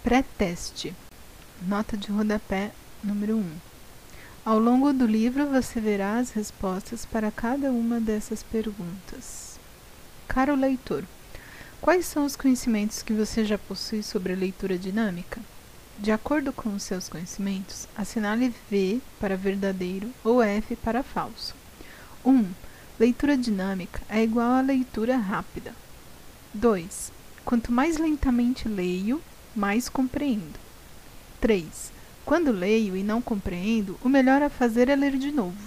Pré-teste. Nota de rodapé número 1. Ao longo do livro você verá as respostas para cada uma dessas perguntas. Caro leitor, quais são os conhecimentos que você já possui sobre a leitura dinâmica? De acordo com os seus conhecimentos, assinale V para verdadeiro ou F para falso. 1. Leitura dinâmica é igual a leitura rápida. 2. Quanto mais lentamente leio, mais compreendo. 3. Quando leio e não compreendo, o melhor a fazer é ler de novo.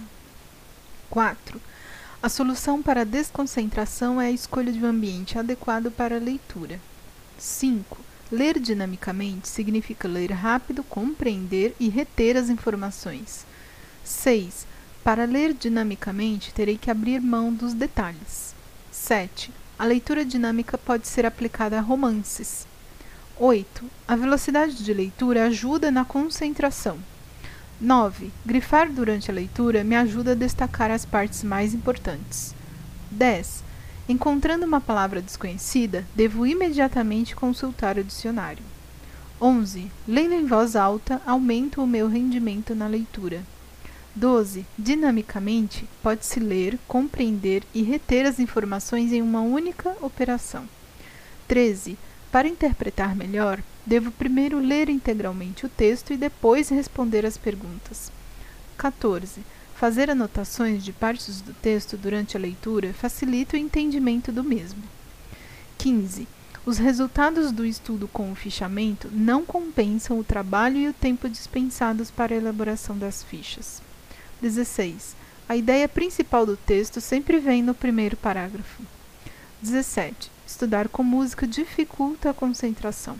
4. A solução para a desconcentração é a escolha de um ambiente adequado para a leitura. 5. Ler dinamicamente significa ler rápido, compreender e reter as informações. 6. Para ler dinamicamente, terei que abrir mão dos detalhes. 7. A leitura dinâmica pode ser aplicada a romances. 8. A velocidade de leitura ajuda na concentração. 9. Grifar durante a leitura me ajuda a destacar as partes mais importantes. 10. Encontrando uma palavra desconhecida, devo imediatamente consultar o dicionário. 11. Lendo em voz alta, aumento o meu rendimento na leitura. 12. Dinamicamente, pode-se ler, compreender e reter as informações em uma única operação. 13. Para interpretar melhor, devo primeiro ler integralmente o texto e depois responder às perguntas. 14. Fazer anotações de partes do texto durante a leitura facilita o entendimento do mesmo. 15. Os resultados do estudo com o fichamento não compensam o trabalho e o tempo dispensados para a elaboração das fichas. 16. A ideia principal do texto sempre vem no primeiro parágrafo. 17. Estudar com música dificulta a concentração.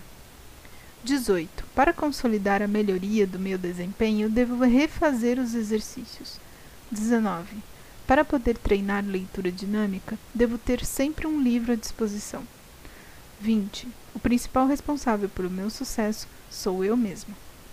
18. Para consolidar a melhoria do meu desempenho, devo refazer os exercícios. 19. Para poder treinar leitura dinâmica, devo ter sempre um livro à disposição. 20. O principal responsável pelo meu sucesso sou eu mesmo.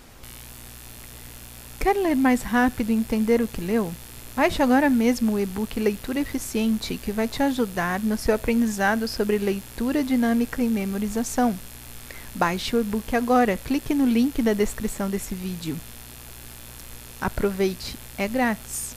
Quer ler mais rápido e entender o que leu? Baixe agora mesmo o e-book Leitura Eficiente, que vai te ajudar no seu aprendizado sobre leitura dinâmica e memorização. Baixe o e-book agora, clique no link da descrição desse vídeo. Aproveite, é grátis!